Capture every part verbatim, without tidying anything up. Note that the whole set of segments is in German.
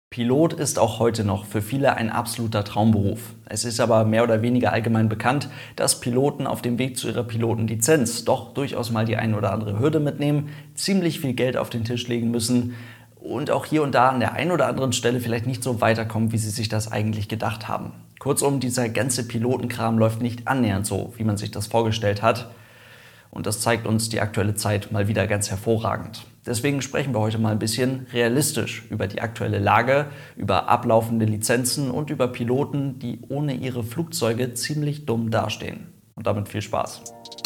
Pilot ist auch heute noch für viele ein absoluter Traumberuf. Es ist aber mehr oder weniger allgemein bekannt, dass Piloten auf dem Weg zu ihrer Pilotenlizenz doch durchaus mal die ein oder andere Hürde mitnehmen, ziemlich viel Geld auf den Tisch legen müssen und auch hier und da an der einen oder anderen Stelle vielleicht nicht so weiterkommen, wie sie sich das eigentlich gedacht haben. Kurzum, dieser ganze Pilotenkram läuft nicht annähernd so, wie man sich das vorgestellt hat. Und das zeigt uns die aktuelle Zeit mal wieder ganz hervorragend. Deswegen sprechen wir heute mal ein bisschen realistisch über die aktuelle Lage, über ablaufende Lizenzen und über Piloten, die ohne ihre Flugzeuge ziemlich dumm dastehen. Und damit viel Spaß!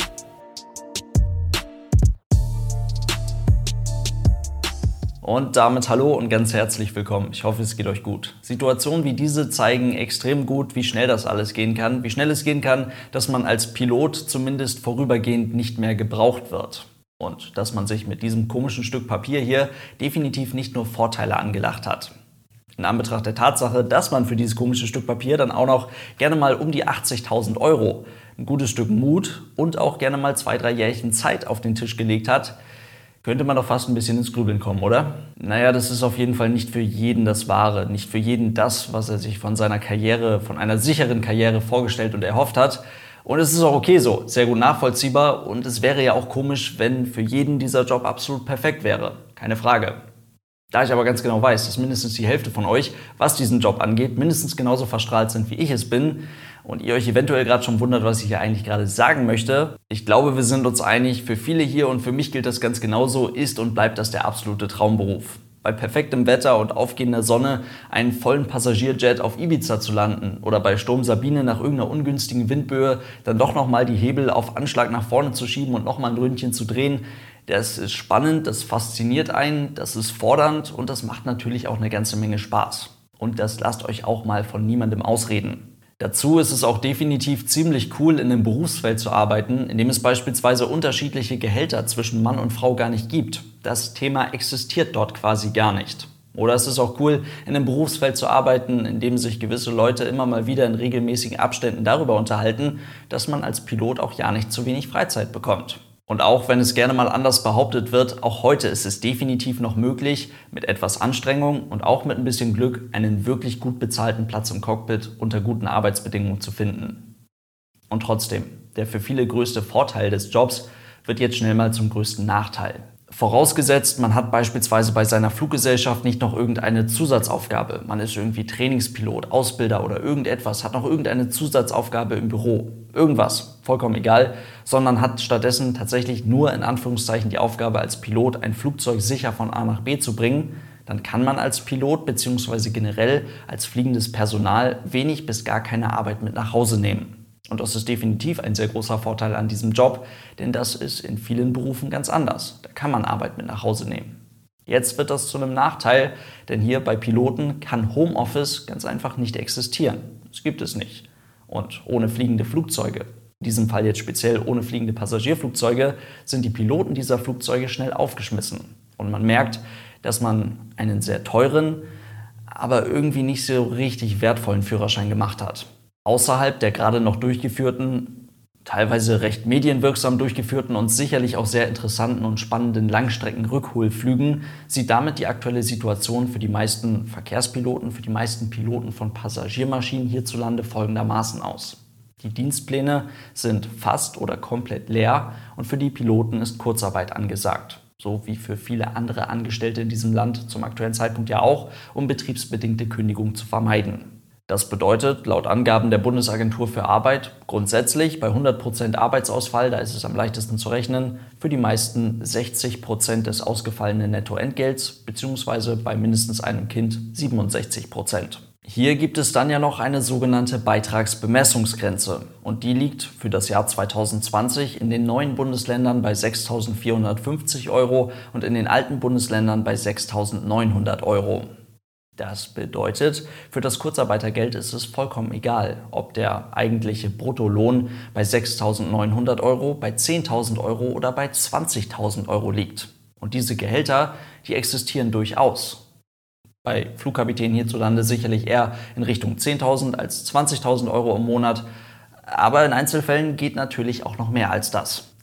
Und damit hallo und ganz herzlich willkommen. Ich hoffe, es geht euch gut. Situationen wie diese zeigen extrem gut, wie schnell das alles gehen kann. Wie schnell es gehen kann, dass man als Pilot zumindest vorübergehend nicht mehr gebraucht wird. Und dass man sich mit diesem komischen Stück Papier hier definitiv nicht nur Vorteile angelacht hat. In Anbetracht der Tatsache, dass man für dieses komische Stück Papier dann auch noch gerne mal um die achtzigtausend Euro, ein gutes Stück Mut und auch gerne mal zwei, drei Jährchen Zeit auf den Tisch gelegt hat, könnte man doch fast ein bisschen ins Grübeln kommen, oder? Naja, das ist auf jeden Fall nicht für jeden das Wahre, nicht für jeden das, was er sich von seiner Karriere, von einer sicheren Karriere vorgestellt und erhofft hat. Und es ist auch okay so, sehr gut nachvollziehbar und es wäre ja auch komisch, wenn für jeden dieser Job absolut perfekt wäre. Keine Frage. Da ich aber ganz genau weiß, dass mindestens die Hälfte von euch, was diesen Job angeht, mindestens genauso verstrahlt sind, wie ich es bin und ihr euch eventuell gerade schon wundert, was ich hier eigentlich gerade sagen möchte. Ich glaube, wir sind uns einig, für viele hier und für mich gilt das ganz genauso, ist und bleibt das der absolute Traumberuf. Bei perfektem Wetter und aufgehender Sonne einen vollen Passagierjet auf Ibiza zu landen oder bei Sturm Sabine nach irgendeiner ungünstigen Windböe dann doch nochmal die Hebel auf Anschlag nach vorne zu schieben und nochmal ein Ründchen zu drehen, das ist spannend, das fasziniert einen, das ist fordernd und das macht natürlich auch eine ganze Menge Spaß. Und das lasst euch auch mal von niemandem ausreden. Dazu ist es auch definitiv ziemlich cool, in einem Berufsfeld zu arbeiten, in dem es beispielsweise unterschiedliche Gehälter zwischen Mann und Frau gar nicht gibt. Das Thema existiert dort quasi gar nicht. Oder es ist auch cool, in einem Berufsfeld zu arbeiten, in dem sich gewisse Leute immer mal wieder in regelmäßigen Abständen darüber unterhalten, dass man als Pilot auch ja nicht zu wenig Freizeit bekommt. Und auch wenn es gerne mal anders behauptet wird, auch heute ist es definitiv noch möglich, mit etwas Anstrengung und auch mit ein bisschen Glück einen wirklich gut bezahlten Platz im Cockpit unter guten Arbeitsbedingungen zu finden. Und trotzdem, der für viele größte Vorteil des Jobs wird jetzt schnell mal zum größten Nachteil. Vorausgesetzt, man hat beispielsweise bei seiner Fluggesellschaft nicht noch irgendeine Zusatzaufgabe. Man ist irgendwie Trainingspilot, Ausbilder oder irgendetwas, hat noch irgendeine Zusatzaufgabe im Büro. Irgendwas, vollkommen egal, sondern hat stattdessen tatsächlich nur in Anführungszeichen die Aufgabe als Pilot, ein Flugzeug sicher von A nach B zu bringen. Dann kann man als Pilot bzw. generell als fliegendes Personal wenig bis gar keine Arbeit mit nach Hause nehmen. Und das ist definitiv ein sehr großer Vorteil an diesem Job, denn das ist in vielen Berufen ganz anders. Da kann man Arbeit mit nach Hause nehmen. Jetzt wird das zu einem Nachteil, denn hier bei Piloten kann Homeoffice ganz einfach nicht existieren. Das gibt es nicht. Und ohne fliegende Flugzeuge, in diesem Fall jetzt speziell ohne fliegende Passagierflugzeuge, sind die Piloten dieser Flugzeuge schnell aufgeschmissen. Und man merkt, dass man einen sehr teuren, aber irgendwie nicht so richtig wertvollen Führerschein gemacht hat. Außerhalb der gerade noch durchgeführten, teilweise recht medienwirksam durchgeführten und sicherlich auch sehr interessanten und spannenden Langstrecken-Rückholflügen sieht damit die aktuelle Situation für die meisten Verkehrspiloten, für die meisten Piloten von Passagiermaschinen hierzulande folgendermaßen aus. Die Dienstpläne sind fast oder komplett leer und für die Piloten ist Kurzarbeit angesagt. So wie für viele andere Angestellte in diesem Land zum aktuellen Zeitpunkt ja auch, um betriebsbedingte Kündigung zu vermeiden. Das bedeutet, laut Angaben der Bundesagentur für Arbeit, grundsätzlich bei hundert Prozent Arbeitsausfall, da ist es am leichtesten zu rechnen, für die meisten sechzig Prozent des ausgefallenen Nettoentgelts bzw. bei mindestens einem Kind siebenundsechzig Prozent. Hier gibt es dann ja noch eine sogenannte Beitragsbemessungsgrenze und die liegt für das Jahr zweitausendzwanzig in den neuen Bundesländern bei sechstausendvierhundertfünfzig Euro und in den alten Bundesländern bei sechstausendneunhundert Euro. Das bedeutet, für das Kurzarbeitergeld ist es vollkommen egal, ob der eigentliche Bruttolohn bei sechstausendneunhundert Euro, bei zehntausend Euro oder bei zwanzigtausend Euro liegt. Und diese Gehälter, die existieren durchaus. Bei Flugkapitänen hierzulande sicherlich eher in Richtung zehntausend als zwanzigtausend Euro im Monat. Aber in Einzelfällen geht natürlich auch noch mehr als das.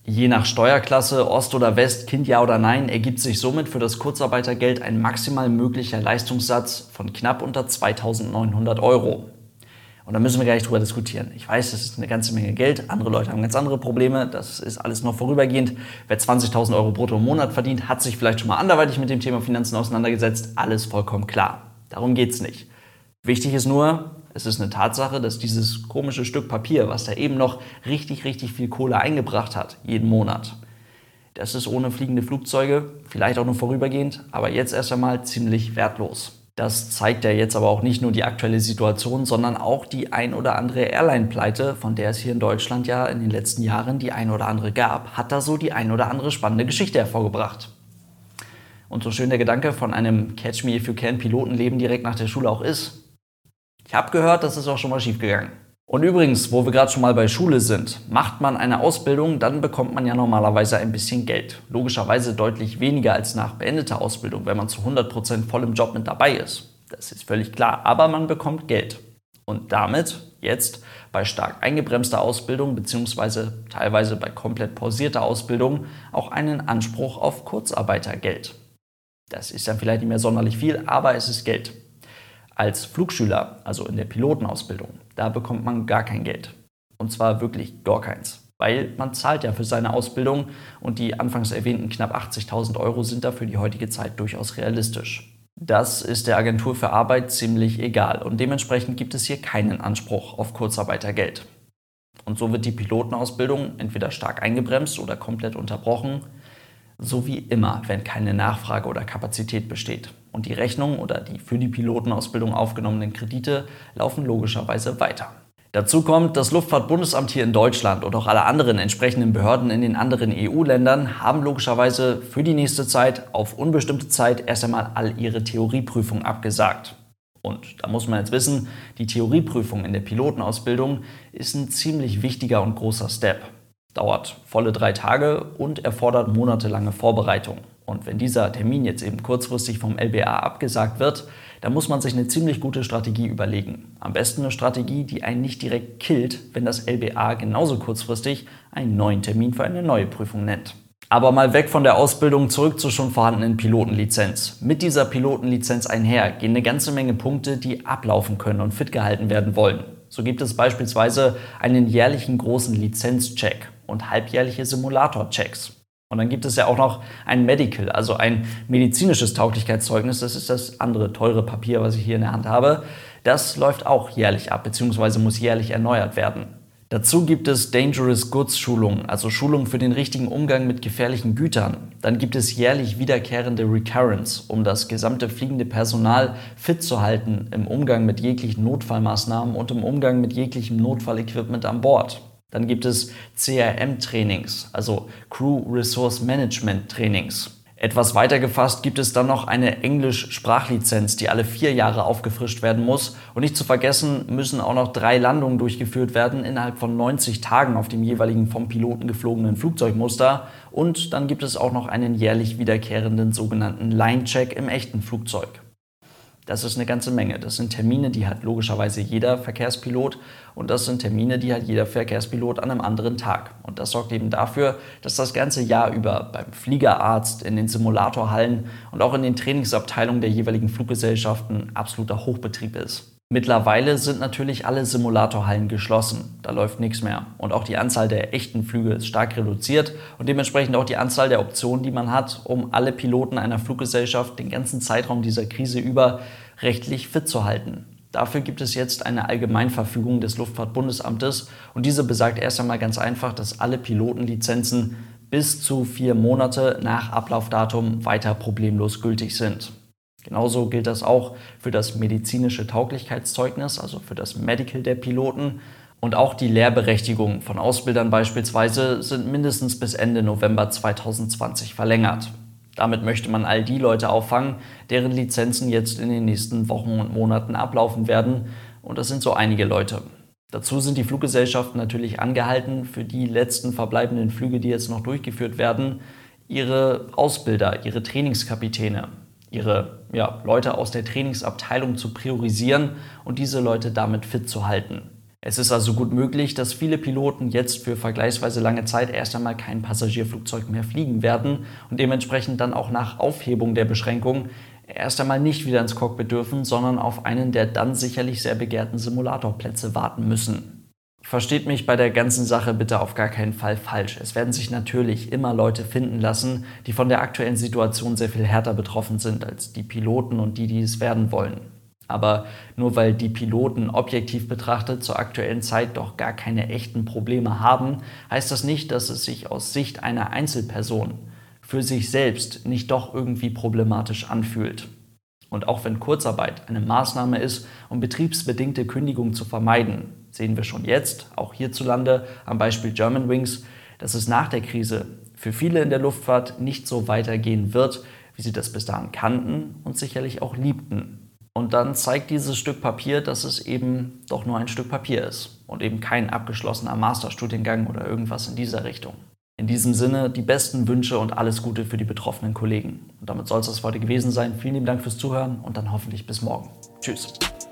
Je nach Steuerklasse, Ost oder West, Kind ja oder nein, ergibt sich somit für das Kurzarbeitergeld ein maximal möglicher Leistungssatz von knapp unter zweitausendneunhundert Euro. Und da müssen wir gar nicht drüber diskutieren. Ich weiß, das ist eine ganze Menge Geld, andere Leute haben ganz andere Probleme, das ist alles noch vorübergehend. Wer zwanzigtausend Euro brutto im Monat verdient, hat sich vielleicht schon mal anderweitig mit dem Thema Finanzen auseinandergesetzt, alles vollkommen klar. Darum geht es nicht. Wichtig ist nur, es ist eine Tatsache, dass dieses komische Stück Papier, was da eben noch richtig, richtig viel Kohle eingebracht hat, jeden Monat, das ist ohne fliegende Flugzeuge, vielleicht auch nur vorübergehend, aber jetzt erst einmal ziemlich wertlos. Das zeigt ja jetzt aber auch nicht nur die aktuelle Situation, sondern auch die ein oder andere Airline-Pleite, von der es hier in Deutschland ja in den letzten Jahren die ein oder andere gab, hat da so die ein oder andere spannende Geschichte hervorgebracht. Und so schön der Gedanke von einem Catch-Me-If-You-Can-Pilotenleben direkt nach der Schule auch ist, ich habe gehört, das ist auch schon mal schief gegangen. Und übrigens, wo wir gerade schon mal bei Schule sind, macht man eine Ausbildung, dann bekommt man ja normalerweise ein bisschen Geld. Logischerweise deutlich weniger als nach beendeter Ausbildung, wenn man zu hundert Prozent voll im Job mit dabei ist. Das ist völlig klar, aber man bekommt Geld. Und damit jetzt bei stark eingebremster Ausbildung bzw. teilweise bei komplett pausierter Ausbildung auch einen Anspruch auf Kurzarbeitergeld. Das ist dann vielleicht nicht mehr sonderlich viel, aber es ist Geld. Als Flugschüler, also in der Pilotenausbildung, da bekommt man gar kein Geld. Und zwar wirklich gar keins. Weil man zahlt ja für seine Ausbildung und die anfangs erwähnten knapp achtzigtausend Euro sind da für die heutige Zeit durchaus realistisch. Das ist der Agentur für Arbeit ziemlich egal und dementsprechend gibt es hier keinen Anspruch auf Kurzarbeitergeld. Und so wird die Pilotenausbildung entweder stark eingebremst oder komplett unterbrochen, so wie immer, wenn keine Nachfrage oder Kapazität besteht. Und die Rechnung oder die für die Pilotenausbildung aufgenommenen Kredite laufen logischerweise weiter. Dazu kommt, das Luftfahrtbundesamt hier in Deutschland und auch alle anderen entsprechenden Behörden in den anderen E U-Ländern haben logischerweise für die nächste Zeit auf unbestimmte Zeit erst einmal all ihre Theorieprüfungen abgesagt. Und da muss man jetzt wissen, die Theorieprüfung in der Pilotenausbildung ist ein ziemlich wichtiger und großer Step. Dauert volle drei Tage und erfordert monatelange Vorbereitung. Und wenn dieser Termin jetzt eben kurzfristig vom L B A abgesagt wird, dann muss man sich eine ziemlich gute Strategie überlegen. Am besten eine Strategie, die einen nicht direkt killt, wenn das L B A genauso kurzfristig einen neuen Termin für eine neue Prüfung nennt. Aber mal weg von der Ausbildung zurück zur schon vorhandenen Pilotenlizenz. Mit dieser Pilotenlizenz einher gehen eine ganze Menge Punkte, die ablaufen können und fit gehalten werden wollen. So gibt es beispielsweise einen jährlichen großen Lizenzcheck und halbjährliche Simulatorchecks. Und dann gibt es ja auch noch ein Medical, also ein medizinisches Tauglichkeitszeugnis. Das ist das andere teure Papier, was ich hier in der Hand habe. Das läuft auch jährlich ab, beziehungsweise muss jährlich erneuert werden. Dazu gibt es Dangerous Goods Schulungen, also Schulungen für den richtigen Umgang mit gefährlichen Gütern. Dann gibt es jährlich wiederkehrende Recurrence, um das gesamte fliegende Personal fit zu halten im Umgang mit jeglichen Notfallmaßnahmen und im Umgang mit jeglichem Notfallequipment an Bord. Dann gibt es C R M-Trainings, also Crew Resource Management Trainings. Etwas weiter gefasst gibt es dann noch eine Englisch-Sprachlizenz, die alle vier Jahre aufgefrischt werden muss. Und nicht zu vergessen müssen auch noch drei Landungen durchgeführt werden innerhalb von neunzig Tagen auf dem jeweiligen vom Piloten geflogenen Flugzeugmuster. Und dann gibt es auch noch einen jährlich wiederkehrenden sogenannten Line-Check im echten Flugzeug. Das ist eine ganze Menge. Das sind Termine, die hat logischerweise jeder Verkehrspilot und das sind Termine, die hat jeder Verkehrspilot an einem anderen Tag. Und das sorgt eben dafür, dass das ganze Jahr über beim Fliegerarzt, in den Simulatorhallen und auch in den Trainingsabteilungen der jeweiligen Fluggesellschaften absoluter Hochbetrieb ist. Mittlerweile sind natürlich alle Simulatorhallen geschlossen, da läuft nichts mehr. Und auch die Anzahl der echten Flüge ist stark reduziert und dementsprechend auch die Anzahl der Optionen, die man hat, um alle Piloten einer Fluggesellschaft den ganzen Zeitraum dieser Krise über rechtlich fit zu halten. Dafür gibt es jetzt eine Allgemeinverfügung des Luftfahrtbundesamtes und diese besagt erst einmal ganz einfach, dass alle Pilotenlizenzen bis zu vier Monate nach Ablaufdatum weiter problemlos gültig sind. Genauso gilt das auch für das medizinische Tauglichkeitszeugnis, also für das Medical der Piloten. Und auch die Lehrberechtigungen von Ausbildern beispielsweise sind mindestens bis Ende November zweitausendzwanzig verlängert. Damit möchte man all die Leute auffangen, deren Lizenzen jetzt in den nächsten Wochen und Monaten ablaufen werden. Und das sind so einige Leute. Dazu sind die Fluggesellschaften natürlich angehalten, für die letzten verbleibenden Flüge, die jetzt noch durchgeführt werden, ihre Ausbilder, ihre Trainingskapitäne, ihre ja, Leute aus der Trainingsabteilung zu priorisieren und diese Leute damit fit zu halten. Es ist also gut möglich, dass viele Piloten jetzt für vergleichsweise lange Zeit erst einmal kein Passagierflugzeug mehr fliegen werden und dementsprechend dann auch nach Aufhebung der Beschränkung erst einmal nicht wieder ins Cockpit dürfen, sondern auf einen der dann sicherlich sehr begehrten Simulatorplätze warten müssen. Versteht mich bei der ganzen Sache bitte auf gar keinen Fall falsch. Es werden sich natürlich immer Leute finden lassen, die von der aktuellen Situation sehr viel härter betroffen sind als die Piloten und die, die es werden wollen. Aber nur weil die Piloten objektiv betrachtet zur aktuellen Zeit doch gar keine echten Probleme haben, heißt das nicht, dass es sich aus Sicht einer Einzelperson für sich selbst nicht doch irgendwie problematisch anfühlt. Und auch wenn Kurzarbeit eine Maßnahme ist, um betriebsbedingte Kündigungen zu vermeiden, sehen wir schon jetzt, auch hierzulande am Beispiel Germanwings, dass es nach der Krise für viele in der Luftfahrt nicht so weitergehen wird, wie sie das bis dahin kannten und sicherlich auch liebten. Und dann zeigt dieses Stück Papier, dass es eben doch nur ein Stück Papier ist und eben kein abgeschlossener Masterstudiengang oder irgendwas in dieser Richtung. In diesem Sinne die besten Wünsche und alles Gute für die betroffenen Kollegen. Und damit soll es das heute gewesen sein. Vielen lieben Dank fürs Zuhören und dann hoffentlich bis morgen. Tschüss.